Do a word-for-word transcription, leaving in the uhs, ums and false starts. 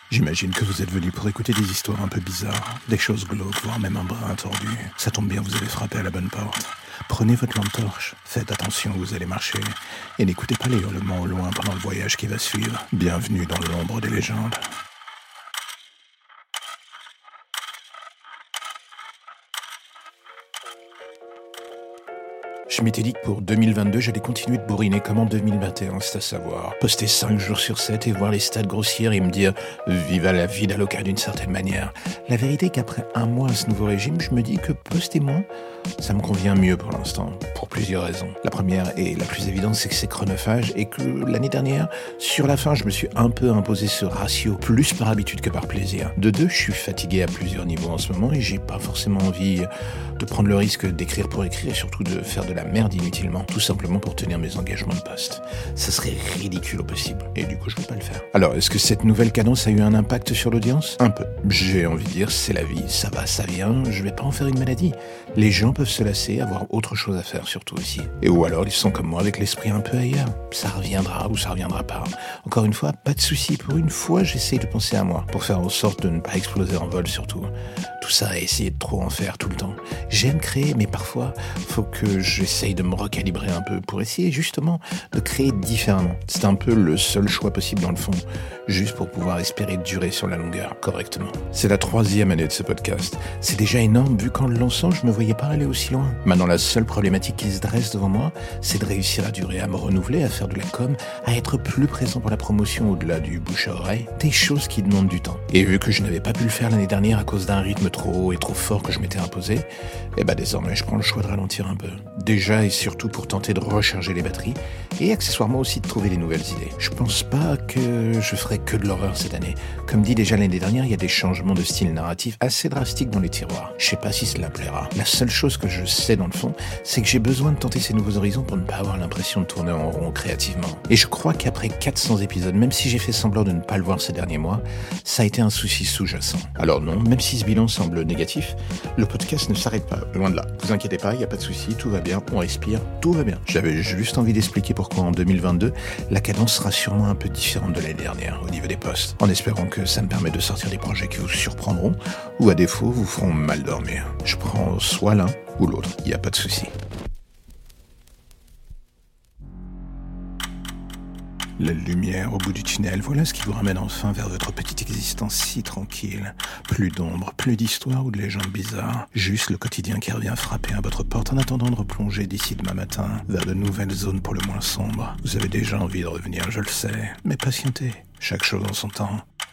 J'imagine que vous êtes venu pour écouter des histoires un peu bizarres, des choses glauques, voire même un brin tordu. Ça tombe bien, vous avez frappé à la bonne porte. Prenez votre lampe torche, faites attention où vous allez marcher, et n'écoutez pas les hurlements au loin pendant le voyage qui va suivre. Bienvenue dans l'ombre des légendes. Je m'étais dit que pour deux mille vingt-deux, j'allais continuer de bourriner comme en deux mille vingt et un, c'est à savoir. Poster cinq jours sur sept et voir les stats grossir et me dire « Viva la vie d'Aloca » d'une certaine manière. La vérité est qu'après un mois à ce nouveau régime, je me dis que poster moins, ça me convient mieux pour l'instant, pour plusieurs raisons. La première et la plus évidente, c'est que c'est chronophage et que l'année dernière, sur la fin, je me suis un peu imposé ce ratio, plus par habitude que par plaisir. De deux, je suis fatigué à plusieurs niveaux en ce moment et j'ai pas forcément envie de prendre le risque d'écrire pour écrire et surtout de faire de la merde inutilement, tout simplement pour tenir mes engagements de poste. Ça serait ridicule au possible, et du coup je ne peux pas le faire. Alors, est-ce que cette nouvelle cadence a eu un impact sur l'audience ? Un peu. J'ai envie de dire, c'est la vie, ça va, ça vient, je vais pas en faire une maladie. Les gens peuvent se lasser, avoir autre chose à faire surtout aussi. Et ou alors ils sont comme moi avec l'esprit un peu ailleurs. Ça reviendra ou ça reviendra pas. Encore une fois, pas de souci, pour une fois j'essaye de penser à moi, pour faire en sorte de ne pas exploser en vol surtout. Tout ça à essayer de trop en faire tout le temps. J'aime créer, mais parfois, faut que j'essaye de me recalibrer un peu pour essayer justement de créer différemment. C'est un peu le seul choix possible dans le fond, juste pour pouvoir espérer durer sur la longueur correctement. C'est la troisième année de ce podcast. C'est déjà énorme vu qu'en le lançant, je me voyais pas aller aussi loin. Maintenant, la seule problématique qui se dresse devant moi, c'est de réussir à durer, à me renouveler, à faire de la com, à être plus présent pour la promotion au-delà du bouche à oreille. Des choses qui demandent du temps. Et vu que je n'avais pas pu le faire l'année dernière à cause d'un rythme trop haut et trop fort que je m'étais imposé, et bah désormais je prends le choix de ralentir un peu. Déjà et surtout pour tenter de recharger les batteries et accessoirement aussi de trouver des nouvelles idées. Je pense pas que je ferai que de l'horreur cette année. Comme dit déjà l'année dernière, il y a des changements de style narratif assez drastiques dans les tiroirs. Je sais pas si cela plaira. La seule chose que je sais dans le fond, c'est que j'ai besoin de tenter ces nouveaux horizons pour ne pas avoir l'impression de tourner en rond créativement. Et je crois qu'après quatre cents épisodes, même si j'ai fait semblant de ne pas le voir ces derniers mois, ça a été un souci sous-jacent. Alors non, même si ce bilan semble négatif, le podcast ne s'arrête pas, loin de là. Vous inquiétez pas, il n'y a pas de souci, tout va bien, on respire, tout va bien. J'avais juste envie d'expliquer pourquoi en deux mille vingt-deux, la cadence sera sûrement un peu différente de l'année dernière au niveau des posts, en espérant que ça me permet de sortir des projets qui vous surprendront, ou à défaut vous feront mal dormir. Je prends soit l'un ou l'autre, il n'y a pas de souci. La lumière au bout du tunnel, voilà ce qui vous ramène enfin vers votre petite existence si tranquille. Plus d'ombre, plus d'histoires ou de légendes bizarres. Juste le quotidien qui revient frapper à votre porte en attendant de replonger d'ici demain matin vers de nouvelles zones pour le moins sombres. Vous avez déjà envie de revenir, je le sais, mais patientez, chaque chose en son temps.